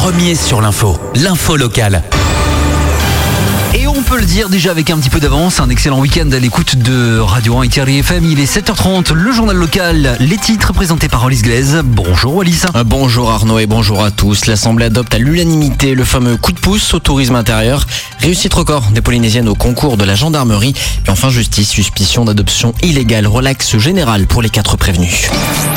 premier sur l'info locale. Et on peut le dire déjà avec un petit peu d'avance, un excellent week-end à l'écoute de Radio 1 et Thierry FM. Il est 7h30, le journal local, les titres présentés par Wallis Glaise. Bonjour Wallis. Bonjour Arnaud et bonjour à tous. L'Assemblée adopte à l'unanimité le fameux coup de pouce au tourisme intérieur. Réussite record des Polynésiennes au concours de la gendarmerie. Puis enfin justice, suspicion d'adoption illégale, relax général pour les 4 prévenus.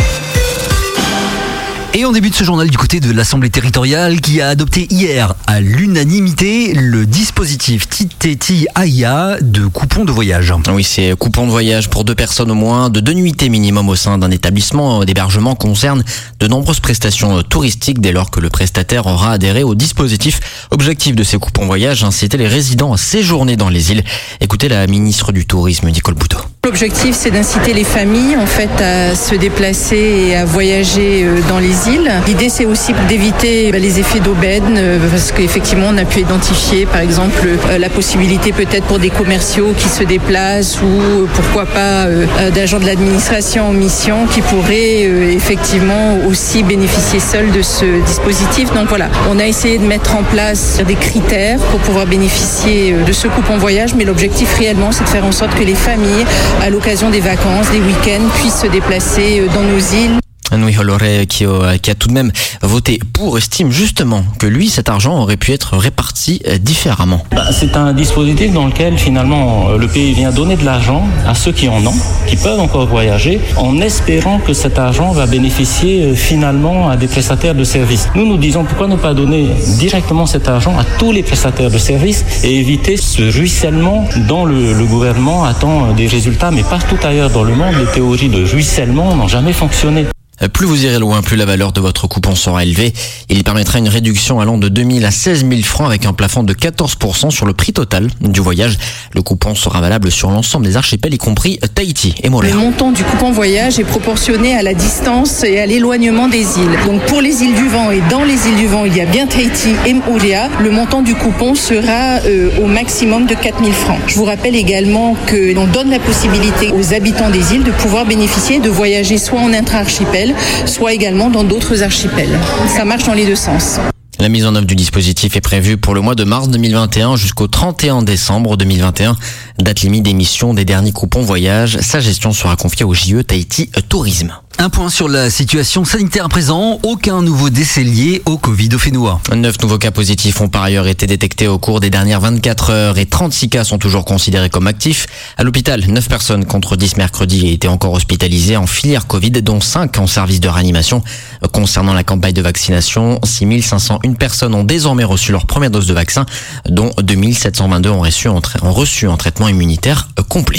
Et on débute ce journal du côté de l'Assemblée territoriale qui a adopté hier à l'unanimité le dispositif Titeti Aia de coupons de voyage. Oui, c'est coupons de voyage pour 2 personnes au moins, de 2 nuitées minimum au sein d'un établissement d'hébergement concerne de nombreuses prestations touristiques dès lors que le prestataire aura adhéré au dispositif. Objectif de ces coupons voyage, inciter les résidents à séjourner dans les îles. Écoutez la ministre du Tourisme, Nicole Bouteau. L'objectif, c'est d'inciter les familles à se déplacer et à voyager dans les îles. L'idée, c'est aussi d'éviter les effets d'aubaine parce qu'effectivement, on a pu identifier, par exemple, la possibilité peut-être pour des commerciaux qui se déplacent ou pourquoi pas d'agents de l'administration en mission qui pourraient effectivement aussi bénéficier seuls de ce dispositif. Donc voilà, on a essayé de mettre en place des critères pour pouvoir bénéficier de ce coupon voyage, mais l'objectif réellement, c'est de faire en sorte que les familles, à l'occasion des vacances, des week-ends, puissent se déplacer dans nos îles. Nui Holore, qui a tout de même voté pour, estime justement que lui, cet argent aurait pu être réparti différemment. C'est un dispositif dans lequel finalement le pays vient donner de l'argent à ceux qui en ont, qui peuvent encore voyager, en espérant que cet argent va bénéficier finalement à des prestataires de services. Nous disons pourquoi ne pas donner directement cet argent à tous les prestataires de services et éviter ce ruissellement dont le gouvernement attend des résultats, mais partout ailleurs dans le monde, les théories de ruissellement n'ont jamais fonctionné. Plus vous irez loin, plus la valeur de votre coupon sera élevée. Il permettra une réduction allant de 2 000 à 16 000 francs avec un plafond de 14% sur le prix total du voyage. Le coupon sera valable sur l'ensemble des archipels, y compris Tahiti et Moléa. Le montant du coupon voyage est proportionné à la distance et à l'éloignement des îles. Donc pour les îles du Vent et dans les îles du Vent, il y a bien Tahiti et Moléa. Le montant du coupon sera au maximum de 4 000 francs. Je vous rappelle également que l'on donne la possibilité aux habitants des îles de pouvoir bénéficier de voyager soit en intra-archipel, soit également dans d'autres archipels. Ça marche dans les 2 sens. La mise en œuvre du dispositif est prévue pour le mois de mars 2021 jusqu'au 31 décembre 2021. Date limite d'émission des derniers coupons voyage. Sa gestion sera confiée au JE Tahiti Tourisme. Un point sur la situation sanitaire à présent. Aucun nouveau décès lié au Covid au Fénois. 9 nouveaux cas positifs ont par ailleurs été détectés au cours des dernières 24 heures et 36 cas sont toujours considérés comme actifs. À l'hôpital, 9 personnes contre 10 mercredi étaient encore hospitalisées en filière Covid, dont 5 en service de réanimation. Concernant la campagne de vaccination, 6 501 personnes ont désormais reçu leur première dose de vaccin, dont 2 722 ont reçu un traitement immunitaire complet.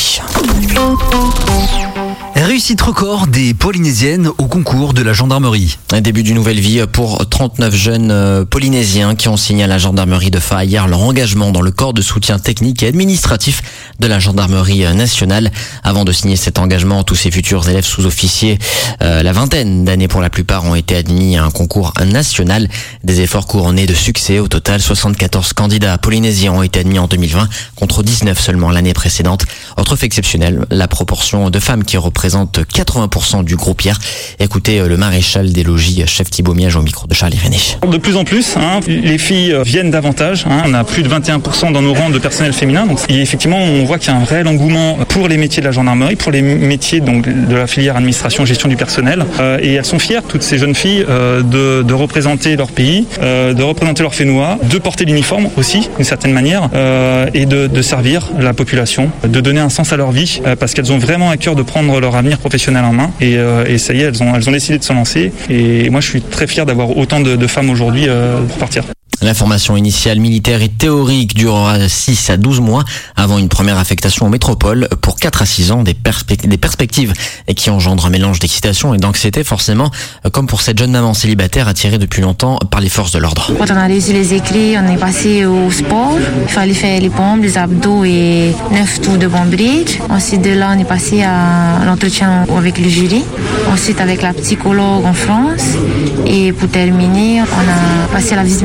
Réussite record des Polynésiennes au concours de la gendarmerie. Un début d'une nouvelle vie pour 39 jeunes Polynésiens qui ont signé à la gendarmerie de Faa hier leur engagement dans le corps de soutien technique et administratif de la gendarmerie nationale. Avant de signer cet engagement, tous ces futurs élèves sous-officiers, la vingtaine d'années pour la plupart, ont été admis à un concours national. Des efforts couronnés de succès. Au total, 74 candidats polynésiens ont été admis en 2020 contre 19 seulement l'année précédente. Autre fait exceptionnel, la proportion de femmes qui représentent 80% du groupe hier. Écoutez le maréchal des logis, chef Thibaut Miège, au micro de Charles Irénée. De plus en plus, les filles viennent davantage. On a plus de 21% dans nos rangs de personnel féminin. Donc, et effectivement, on voit qu'il y a un réel engouement pour les métiers de la gendarmerie, pour les métiers donc, de la filière administration, gestion du personnel. Et elles sont fières, toutes ces jeunes filles, de représenter leur pays, de représenter leur Fénois, de porter l'uniforme aussi, d'une certaine manière, et de servir la population, de donner un sens à leur vie, parce qu'elles ont vraiment à cœur de prendre leur avenir professionnel en main. Et ça y est, elles ont décidé de se lancer. Et moi, je suis très fier d'avoir autant de femmes aujourd'hui pour partir. La formation initiale militaire et théorique durera 6 à 12 mois avant une première affectation en métropole pour 4 à 6 ans, des perspectives qui engendrent un mélange d'excitation et d'anxiété forcément, comme pour cette jeune maman célibataire attirée depuis longtemps par les forces de l'ordre. Quand on a réussi les écrits, on est passé au sport. Il fallait faire les pompes, les abdos et 9 tours de bomb bridge. Ensuite de là, on est passé à l'entretien avec le jury. Ensuite avec la psychologue en France. Et pour terminer, on a passé à la visite médicale.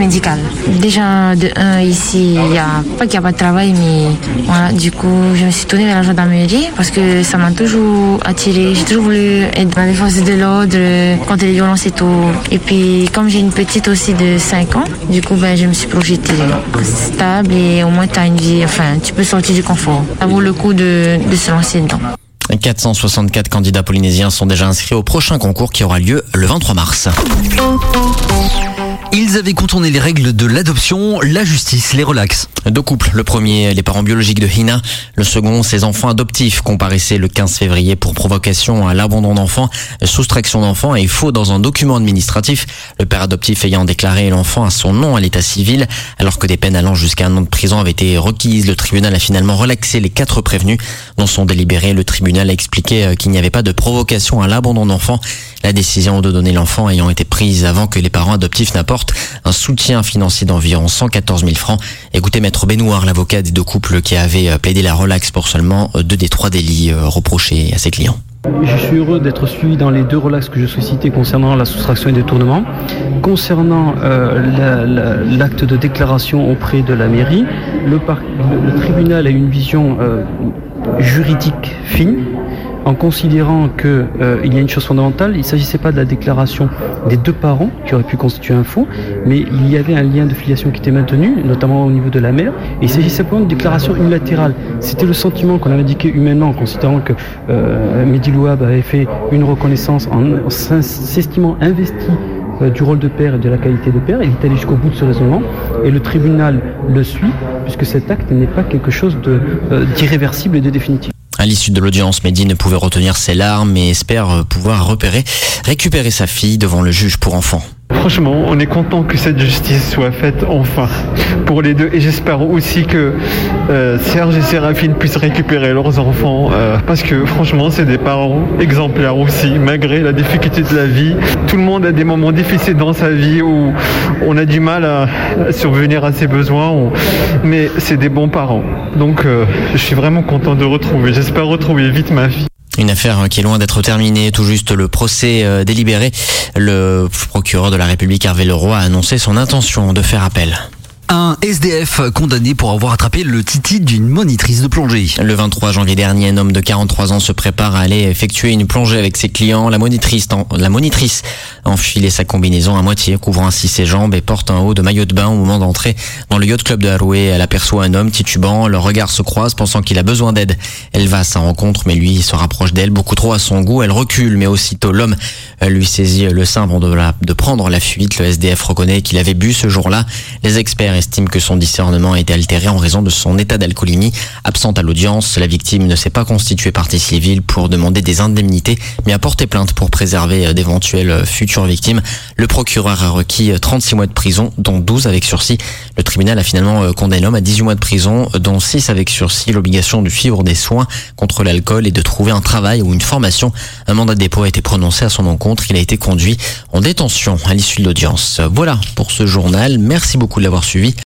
Déjà, de un, ici, il n'y a pas de travail, mais voilà, du coup, je me suis tournée vers la gendarmerie parce que ça m'a toujours attirée. J'ai toujours voulu être dans les forces de l'ordre, contre les violences et tout. Et puis, comme j'ai une petite aussi de 5 ans, du coup, je me suis projetée stable et au moins, tu as une vie, tu peux sortir du confort. Ça vaut le coup de se lancer dedans. 464 candidats polynésiens sont déjà inscrits au prochain concours qui aura lieu le 23 mars. Ils avaient contourné les règles de l'adoption, la justice les relaxe. 2 couples, le premier, les parents biologiques de Hina, le second, ses enfants adoptifs, comparaissaient le 15 février pour provocation à l'abandon d'enfants, soustraction d'enfants et faux dans un document administratif. Le père adoptif ayant déclaré l'enfant à son nom à l'état civil, alors que des peines allant jusqu'à 1 an de prison avaient été requises. Le tribunal a finalement relaxé les 4 prévenus. Dans son délibéré, le tribunal a expliqué qu'il n'y avait pas de provocation à l'abandon d'enfants. La décision de donner l'enfant ayant été prise avant que les parents adoptifs n'apportent un soutien financier d'environ 114 000 francs. Écoutez Maître Benouard, l'avocat des 2 couples qui avait plaidé la relaxe pour seulement 2 des 3 délits reprochés à ses clients. Je suis heureux d'être suivi dans les 2 relaxes que je sollicitais concernant la soustraction et détournement. Concernant l'acte de déclaration auprès de la mairie, le tribunal a une vision juridique fine, en considérant qu'il y a une chose fondamentale, il ne s'agissait pas de la déclaration des 2 parents qui auraient pu constituer un faux, mais il y avait un lien de filiation qui était maintenu, notamment au niveau de la mère, et il s'agissait simplement d'une déclaration unilatérale. C'était le sentiment qu'on avait indiqué humainement, en considérant que Mehdi Louab avait fait une reconnaissance en s'estimant investi du rôle de père et de la qualité de père. Il est allé jusqu'au bout de ce raisonnement et le tribunal le suit, puisque cet acte n'est pas quelque chose d'irréversible et de définitif. À l'issue de l'audience, Mehdi ne pouvait retenir ses larmes et espère pouvoir récupérer sa fille devant le juge pour enfants. Franchement, on est content que cette justice soit faite enfin pour les 2 et j'espère aussi que Serge et Séraphine puissent récupérer leurs enfants parce que franchement c'est des parents exemplaires aussi malgré la difficulté de la vie. Tout le monde a des moments difficiles dans sa vie où on a du mal à survenir à ses besoins, mais c'est des bons parents. Donc je suis vraiment content de retrouver, j'espère retrouver vite ma fille. Une affaire qui est loin d'être terminée, tout juste le procès délibéré. Le procureur de la République Hervé Leroy a annoncé son intention de faire appel. Un SDF condamné pour avoir attrapé le titi d'une monitrice de plongée. Le 23 janvier dernier, un homme de 43 ans se prépare à aller effectuer une plongée avec ses clients. La monitrice enfilait sa combinaison à moitié, couvrant ainsi ses jambes et porte un haut de maillot de bain au moment d'entrer dans le yacht club de Haroué. Elle aperçoit un homme titubant, leurs regards se croisent pensant qu'il a besoin d'aide. Elle va à sa rencontre mais lui se rapproche d'elle beaucoup trop à son goût. Elle recule mais aussitôt l'homme lui saisit le sein avant de prendre la fuite. Le SDF reconnaît qu'il avait bu ce jour-là. Les experts estime que son discernement a été altéré en raison de son état d'alcoolémie. Absente à l'audience, la victime ne s'est pas constituée partie civile pour demander des indemnités, mais a porté plainte pour préserver d'éventuelles futures victimes. Le procureur a requis 36 mois de prison, dont 12 avec sursis. Le tribunal a finalement condamné l'homme à 18 mois de prison, dont 6 avec sursis, l'obligation de suivre des soins contre l'alcool et de trouver un travail ou une formation. Un mandat de dépôt a été prononcé à son encontre. Il a été conduit en détention à l'issue de l'audience. Voilà pour ce journal. Merci beaucoup de l'avoir suivi.